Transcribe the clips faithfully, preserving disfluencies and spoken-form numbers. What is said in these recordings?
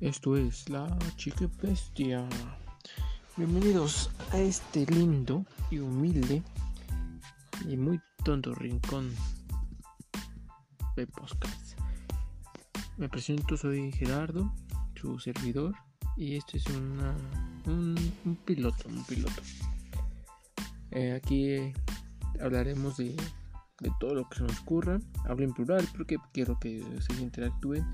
Esto es La Chica Bestia. Bienvenidos a este lindo y humilde y muy tonto rincón de podcast. Me presento, soy Gerardo, su servidor, y este es una, un, un piloto, un piloto. Eh, aquí eh, hablaremos de, de todo lo que se nos ocurra. Hablo en plural porque quiero que se interactúen.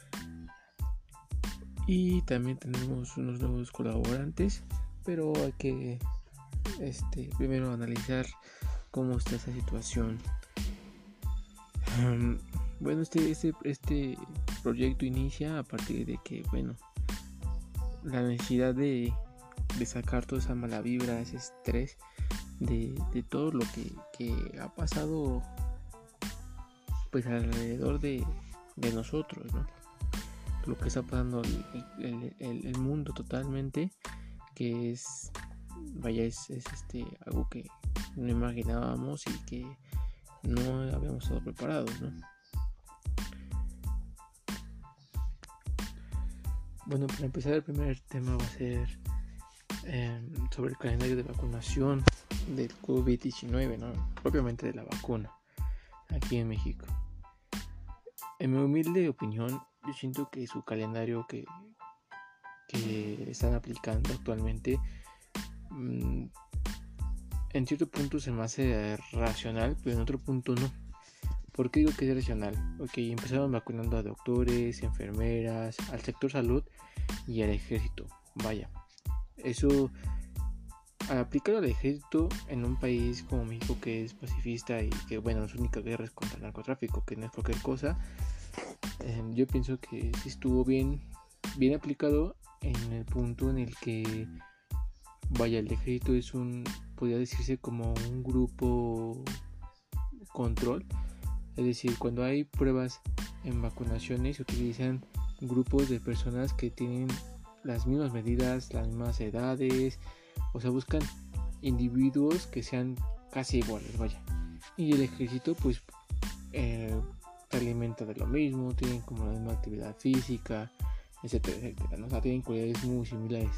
Y también tenemos unos nuevos colaborantes, pero hay que este, primero analizar cómo está esa situación. Um, bueno, este, este, este proyecto inicia a partir de que, bueno, la necesidad de, de sacar toda esa mala vibra, ese estrés de, de todo lo que, que ha pasado pues alrededor de, de nosotros, ¿no? Lo que está pasando el, el, el, el mundo totalmente, que es vaya es, es este algo que no imaginábamos y que no habíamos estado preparados, ¿no? Bueno, para empezar, el primer tema va a ser eh, sobre el calendario de vacunación del covid diecinueve, ¿no? Propiamente de la vacuna aquí en México. En mi humilde opinión, yo siento que su calendario que, que están aplicando actualmente mmm, en cierto punto se me hace racional, pero en otro punto no. ¿Por qué digo que es racional? Ok, empezaron vacunando a doctores, enfermeras, al sector salud y al ejército. Vaya, eso al aplicarlo al ejército en un país como México, que es pacifista y que, bueno, su única guerra es contra el narcotráfico, que no es cualquier cosa, eh, yo pienso que sí estuvo bien, bien aplicado en el punto en el que, vaya, el ejército es un, podría decirse como un grupo control. Es decir, cuando hay pruebas en vacunaciones se utilizan grupos de personas que tienen las mismas medidas, las mismas edades, o sea, buscan individuos que sean casi iguales, vaya. Y el ejército pues eh, se alimenta de lo mismo, tienen como la misma actividad física, etcétera, etcétera, ¿no? O sea, tienen cualidades muy similares.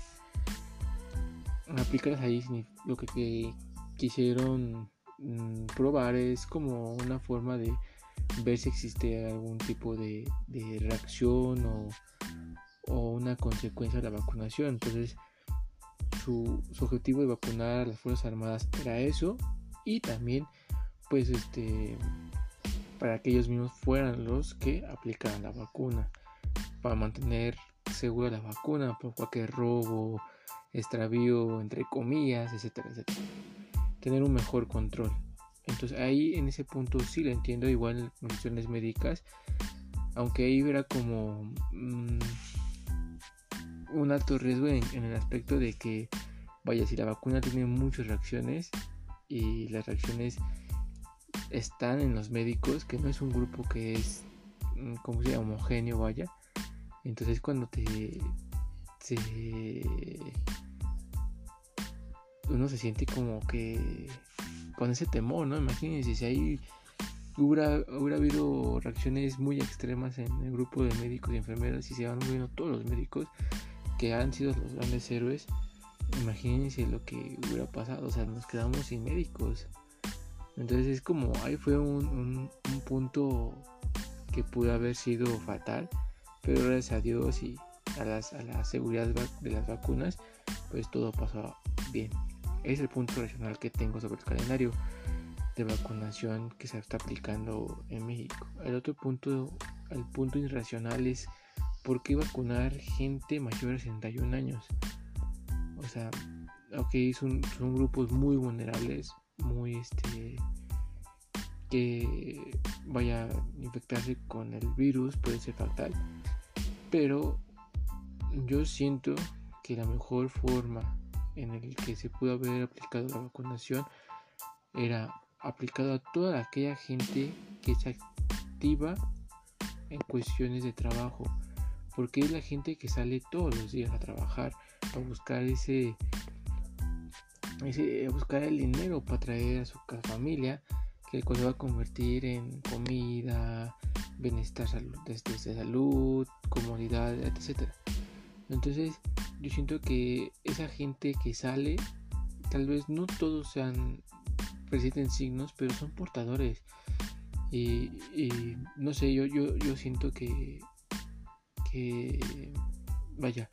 Aplicarlas ahí, lo que, que quisieron mmm, probar es como una forma de ver si existe algún tipo de, de reacción o, o una consecuencia de la vacunación. Entonces su, su objetivo de vacunar a las Fuerzas Armadas era eso, y también pues este para que ellos mismos fueran los que aplicaran la vacuna, para mantener segura la vacuna por cualquier robo, extravío, entre comillas, etcétera, etcétera. Tener un mejor control. Entonces ahí en ese punto sí lo entiendo, igual en cuestiones médicas, aunque ahí era como mmm, un alto riesgo en, en el aspecto de que, vaya, si la vacuna tiene muchas reacciones y las reacciones están en los médicos, que no es un grupo que es, como se llama, homogéneo, vaya, entonces cuando te, te uno se siente como que con ese temor, ¿no? Imagínense si ahí hubiera, hubiera habido reacciones muy extremas en el grupo de médicos y enfermeras y se van muriendo todos los médicos que han sido los grandes héroes. Imagínense lo que hubiera pasado, o sea, nos quedamos sin médicos. Entonces es como, ahí fue un, un, un punto que pudo haber sido fatal, pero gracias a Dios y a, las, a la seguridad de las vacunas, pues todo pasó bien. Es el punto racional que tengo sobre el calendario de vacunación que se está aplicando en México. El otro punto, el punto irracional es ¿por qué vacunar gente mayor a sesenta y un años? O sea, ok, son, son grupos muy vulnerables, muy este que vaya a infectarse con el virus puede ser fatal, pero yo siento que la mejor forma en el que se pudo haber aplicado la vacunación era aplicado a toda aquella gente que se activa en cuestiones de trabajo, porque es la gente que sale todos los días a trabajar, a buscar ese, ese a buscar el dinero para traer a su familia, que se va a convertir en comida, bienestar, salud, desde salud, comodidad, etcétera. Entonces yo siento que esa gente que sale, tal vez no todos sean presenten signos, pero son portadores. Y, y no sé, yo, yo, yo siento que, que, vaya,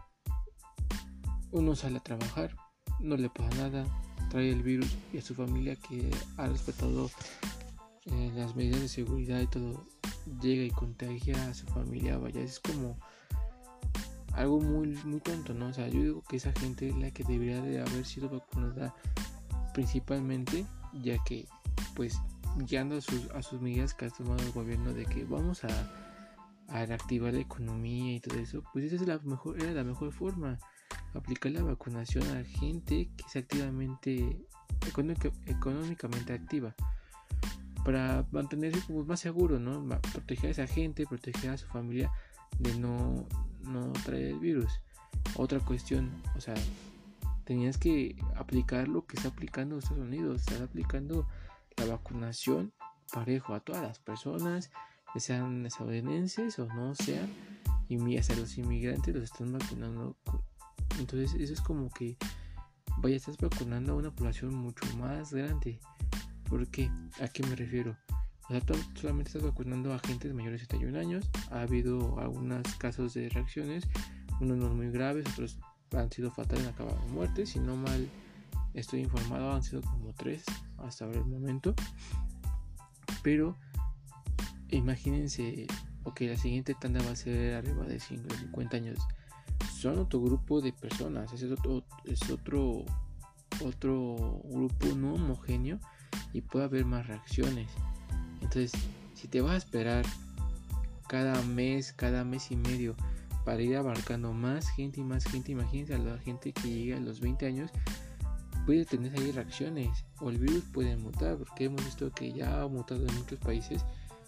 uno sale a trabajar, no le pasa nada, trae el virus, y a su familia que ha respetado eh, las medidas de seguridad y todo, llega y contagia a su familia, vaya, es como algo muy, muy tonto, ¿no? O sea, yo digo que esa gente es la que debería de haber sido vacunada principalmente, ya que pues guiando a sus, a sus medidas que ha tomado el gobierno de que vamos a, a reactivar la economía y todo eso, pues esa es la mejor, era la mejor forma, aplicar la vacunación a gente que es activamente económica, económicamente activa, para mantenerse como más seguro, ¿no? Proteger a esa gente, proteger a su familia de no, no traer el virus. Otra cuestión, o sea, tenías que aplicar lo que está aplicando Estados Unidos, está aplicando la vacunación parejo a todas las personas, que sean estadounidenses o no sean, y hasta los inmigrantes los están vacunando. Entonces eso es como que, vaya, estás vacunando a una población mucho más grande. ¿Por qué? ¿A qué me refiero? O sea, solamente estás vacunando a gente mayores de setenta y un años. Ha habido algunos casos de reacciones, unos no muy graves, otros han sido fatales, han acabado en muerte. Si no mal estoy informado, han sido como tres hasta ahora el momento. Pero imagínense, ok, la siguiente tanda va a ser arriba de cincuenta años. Son otro grupo de personas, es otro, es otro, otro grupo no homogéneo y puede haber más reacciones. Entonces, si te vas a esperar cada mes, cada mes y medio para ir abarcando más gente y más gente, imagínense a la gente que llega a los veinte años, puede tener ahí reacciones o el virus puede mutar, porque hemos visto que ya ha mutado en muchos países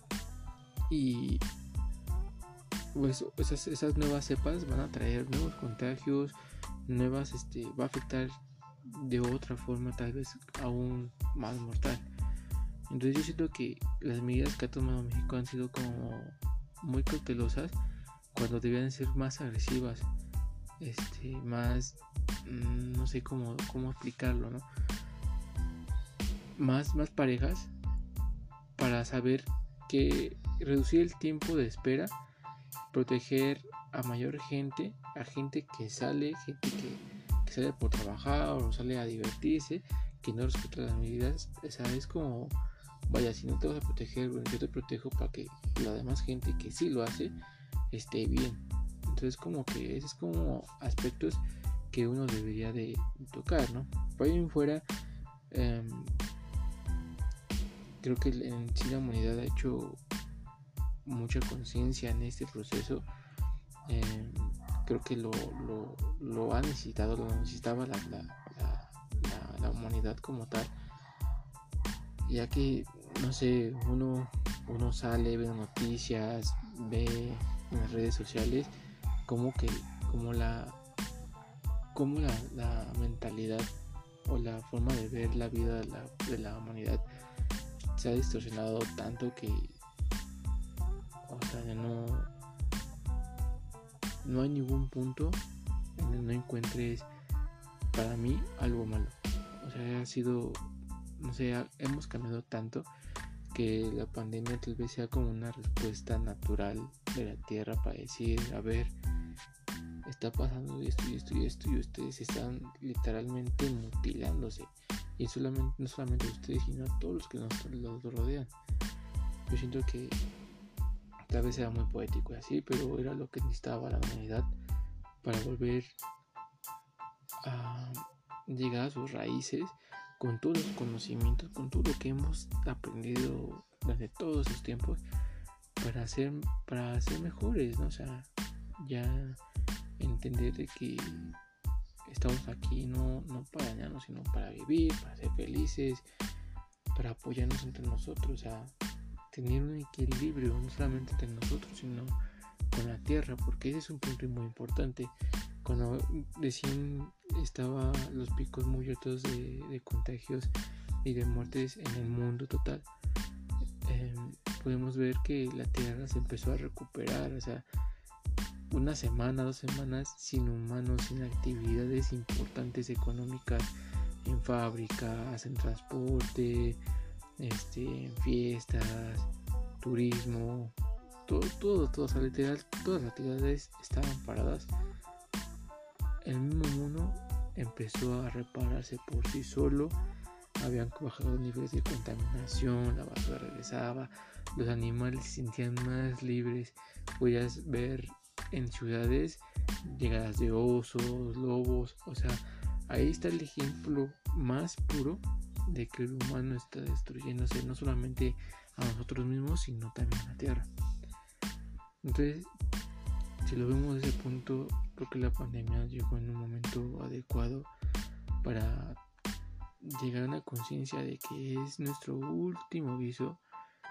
y pues esas, esas nuevas cepas van a traer nuevos contagios, nuevas, este, va a afectar de otra forma tal vez aún más mortal. Entonces yo siento que las medidas que ha tomado México han sido como muy cautelosas cuando debían ser más agresivas, este, más, mmm, no sé cómo, cómo explicarlo, ¿no? Más, más parejas para saber que reducir el tiempo de espera, proteger a mayor gente, a gente que sale, gente que, que sale por trabajar o sale a divertirse, que no respeta las medidas. O sea, es como, vaya, si no te vas a proteger, bueno, yo te protejo para que la demás gente que sí lo hace esté bien. Entonces como que esos es como aspectos que uno debería de tocar, ¿no? Por ahí en fuera, eh, creo que en sí la humanidad ha hecho mucha conciencia en este proceso. Eh, creo que lo, lo, lo ha necesitado, lo necesitaba la, la, la, la, la humanidad como tal, ya que, no sé, uno, uno sale, ve noticias, ve en las redes sociales como que, como la, como la, la mentalidad o la forma de ver la vida de la, de la humanidad se ha distorsionado tanto que, o sea, no, no hay ningún punto en el no encuentres para mí algo malo. O sea, ha sido, no sé, ha, hemos cambiado tanto que la pandemia tal vez sea como una respuesta natural de la tierra para decir, a ver, está pasando esto y esto y esto y ustedes están literalmente mutilándose, y solamente, no solamente ustedes sino a todos los que nos los rodean. Yo siento que tal vez era muy poético y así, pero era lo que necesitaba la humanidad para volver a llegar a sus raíces con todos los conocimientos, con todo lo que hemos aprendido desde todos esos tiempos, para ser, para ser mejores, ¿no? O sea, ya entender de que estamos aquí no, no para dañarnos, sino para vivir, para ser felices, para apoyarnos entre nosotros, o sea, tener un equilibrio no solamente entre nosotros, sino con la tierra, porque ese es un punto muy importante. Cuando recién estaba los picos muy altos de, de contagios y de muertes en el mundo total, eh, podemos ver que la tierra se empezó a recuperar, o sea, una semana, dos semanas sin humanos, sin actividades importantes económicas en fábricas, en transporte, este, en fiestas, turismo, todo, todo, todo, o sea, literal, todas las actividades estaban paradas. El mismo mundo empezó a repararse por sí solo. Habían bajado los niveles de contaminación, la basura regresaba, los animales se sentían más libres. Podías ver en ciudades llegadas de osos, lobos, o sea, ahí está el ejemplo más puro de que el humano está destruyéndose no solamente a nosotros mismos, sino también a la tierra. Entonces, si lo vemos desde ese punto, creo que la pandemia llegó en un momento adecuado para llegar a una conciencia de que es nuestro último aviso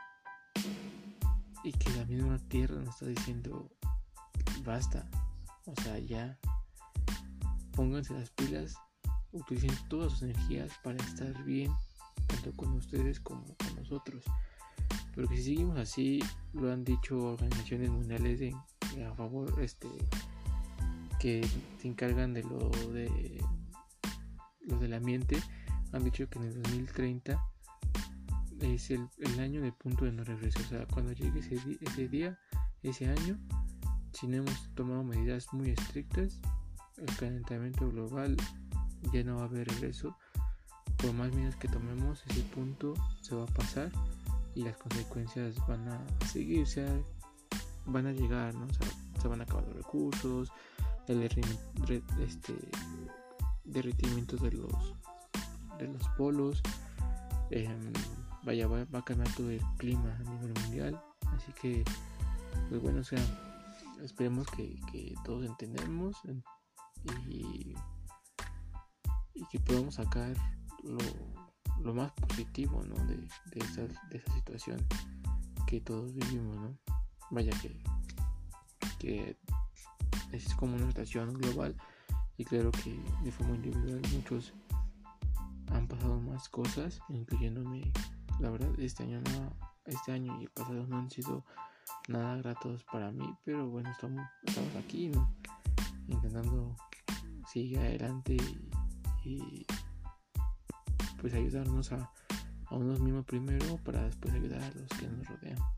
y que la misma tierra nos está diciendo basta, o sea, ya pónganse las pilas, utilicen todas sus energías para estar bien, tanto con ustedes como con nosotros. Pero que si seguimos así, lo han dicho organizaciones mundiales de, de a favor, este, que se encargan de lo de lo del ambiente, han dicho que en el dos mil treinta es el, el año de punto de no regreso. O sea, cuando llegue ese, ese día, ese año, si no hemos tomado medidas muy estrictas, el calentamiento global ya no va a haber regreso. Por más medidas que tomemos, ese punto se va a pasar y las consecuencias van a seguir, o sea, van a llegar, ¿no? O sea, se van a acabar los recursos, el este, derretimiento de los de los polos, eh, vaya, va, va a cambiar todo el clima a nivel mundial, así que, pues bueno, o sea, esperemos que, que todos entendamos y, y que podamos sacar lo, lo más positivo, ¿no? de, de, esa, de esa situación que todos vivimos, ¿no? Vaya que, que es como una situación global y claro que de forma individual muchos han pasado más cosas, incluyéndome. La verdad, este año no, este año y el pasado no han sido nada gratos para mí, pero bueno, estamos, estamos aquí, ¿no? Intentando seguir adelante y, y pues ayudarnos a, a unos mismos primero para después ayudar a los que nos rodean.